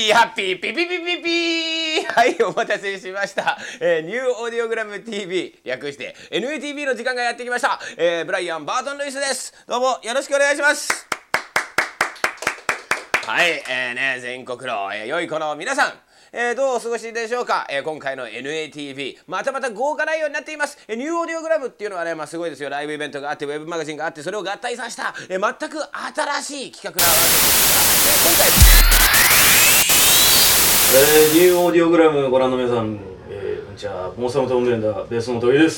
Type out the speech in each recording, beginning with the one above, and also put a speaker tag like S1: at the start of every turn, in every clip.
S1: ーハッピーピピピピピー。はい、お待たせしました。ニューオーディオグラム TV 略して NATV の時間がやってきました。ブライアン・バートン・ルイスです。どうもよろしくお願いします。はい、全国の、良い子の皆さん、どうお過ごしでしょうか。今回の NATV またまた豪華内容になっています。ニューオーディオグラムっていうのはね、すごいですよ。ライブイベントがあってウェブマガジンがあって、それを合体させた、全く新しい企画なわけです
S2: が、ニューオーディオグラムご覧の皆さん、こんにちは。モーサムトンベンダーベースのトイです。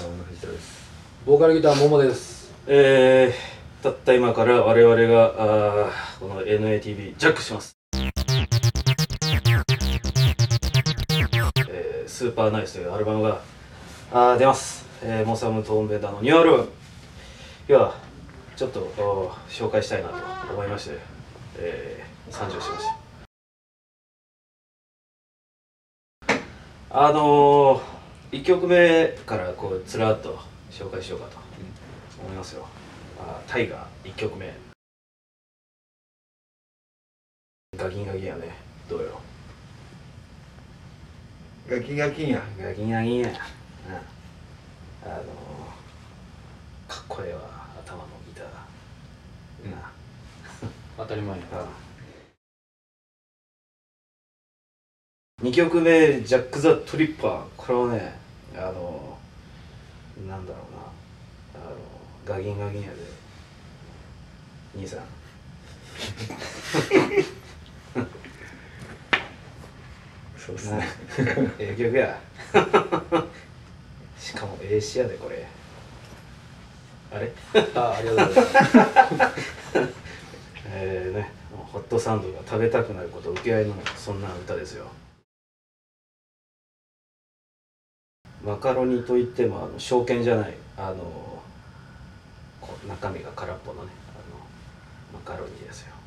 S3: ボーカルギターモモです。
S2: たった今から我々がこの NATV ジャックします。スーパーナイスというアルバムが出ます。モーサムトーンベンダーのニューアルバム。今日はちょっと紹介したいなと思いまして、参上しました。1曲目からこうつらっと紹介しようかと思いますよ。タイガー1曲目。ガキンガキンやね。どうよ。
S4: ガキンガキンや。
S2: ガキンガキンや。かっこええわ、頭のギター。
S3: 当たり前や。
S2: 2曲目、ジャック・ザ・トリッパー。これはね、なんだろうな、ガキンガキンやで。兄さん。
S4: そうっすね。
S2: ええ曲や。しかもええ詩やで、これ。あれ
S3: ありがとうございます。
S2: ね、ホットサンドが食べたくなること受け合いのそんな歌ですよ。マカロニといっても正拳じゃない、中身が空っぽのね、マカロニですよ。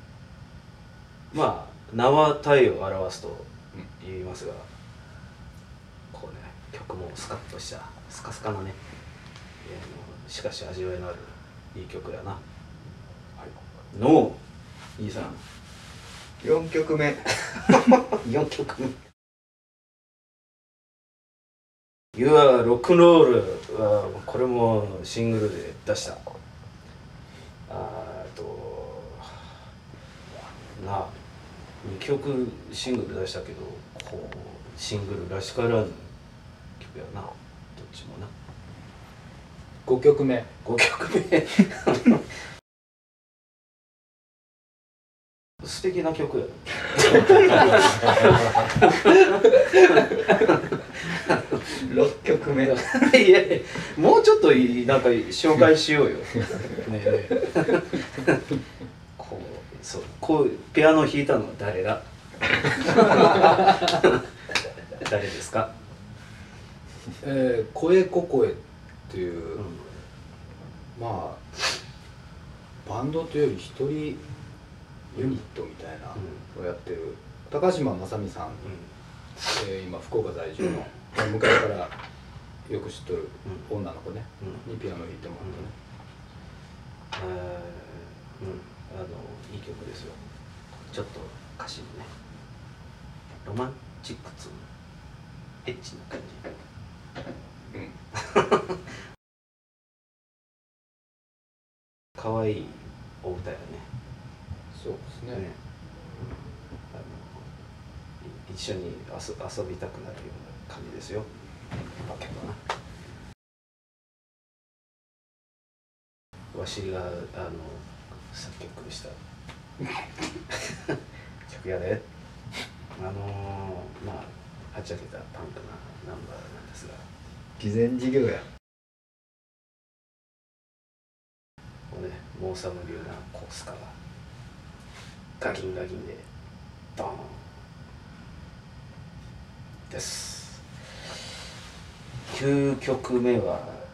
S2: 名はタイを表すと言いますが、こうね、曲もスカッとしたスカスカなね、しかし味わいのあるいい曲やな。のいいさん
S4: 4曲目
S2: 4曲目「You are Rock and Roll」はこれもシングルで出した。2曲シングル出したけど、こうシングルらしからぬ曲やな、どっちもな。
S3: 5曲目
S2: 5曲目素敵な曲や
S4: 6曲目
S2: いやもうちょっとなんか紹介しようよねえこうピアノ弾いたのは誰だ誰ですか。
S3: 声ここえっていう、バンドというより一人ユニットみたいなのをやってる高島正美さん、今福岡在住の、昔からよく知っとる女の子ね、にピアノ弾いてもらってね。
S2: いい曲ですよ。ちょっと歌詞にね、ロマンチックつエッチな感じ。可愛いお歌やね。
S3: そうですね。
S2: 一緒に遊びたくなるような感じですよ。だけどな。わしが作曲した曲やで。はっちゃけたパンクなナンバーなんですが。
S4: 偽善事業や。
S2: これね、モーサム流なコースカがガキンガキンでドーンです。9曲目は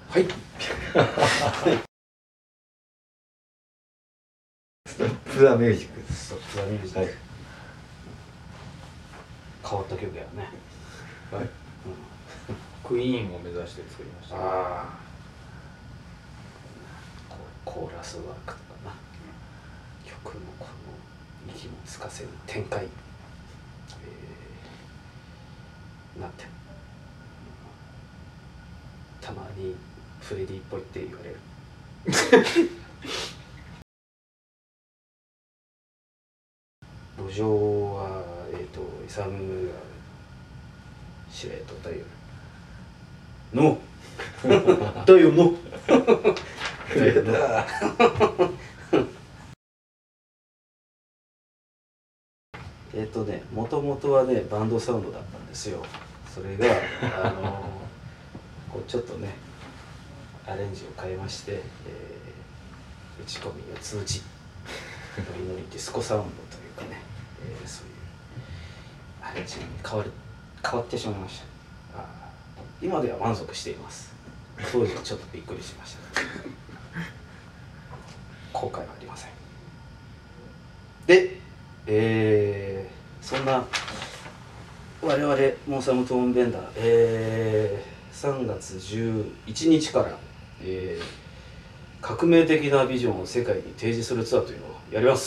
S4: ストップ・ザ・ミュージック。
S2: ストップ・ザ・ミュージック、変わった曲やね。
S3: クイーンを目指して作りました。
S2: コーラスワークとかな、曲のこの息もつかせる展開、 なってる。たまにフレディっぽいって言われる。路上はイサムが司令塔だよのだよのだよのもともとはねバンドサウンドだったんですよ。それがこうちょっとねアレンジを変えまして、打ち込みや通知ノリノリディスコサウンドというかね、そういうアレンジに変わってしまいました。今では満足しています。当時はちょっとびっくりしました。後悔はありません。で、そんな我々モンサムトーンベンダー、3月11日から、革命的なビジョンを世界に提示するツアーというのをやります。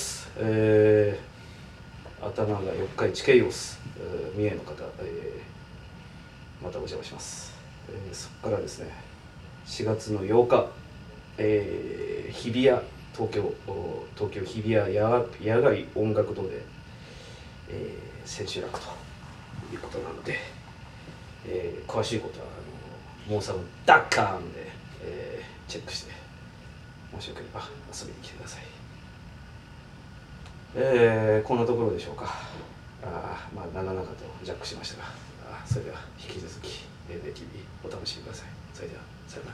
S2: 頭が四日市ケイオス、三重の方、またお邪魔します。そこからですね4月の8日、日比谷東京日比谷野外音楽堂で、千秋楽ということなので、詳しいことはモーサム.comで、チェックしてもしよければ遊びに来てください。こんなところでしょうか。まあ長々とジャックしましたが、それでは引き続き NATV お楽しみください。それではさようなら。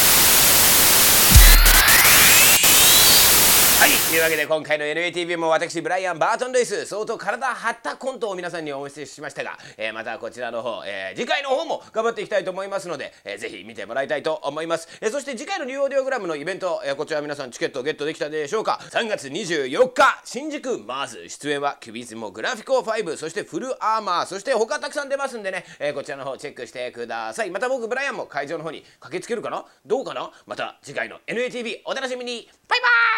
S1: はい、というわけで今回の NATV も私ブライアン・バートン・ルイス相当体張ったコントを皆さんにお見せしましたが、またこちらの方、次回の方も頑張っていきたいと思いますので、ぜひ見てもらいたいと思います。そして次回のニューオーディオグラムのイベント、こちら皆さんチケットゲットできたでしょうか。3月24日新宿マーズ、出演はキュビズモグラフィコ5、そしてフルアーマー、そして他たくさん出ますんでね、こちらの方チェックしてください。また僕ブライアンも会場の方に駆けつけるかなどうかな。また次回の NATV お楽しみに。バイバーイ。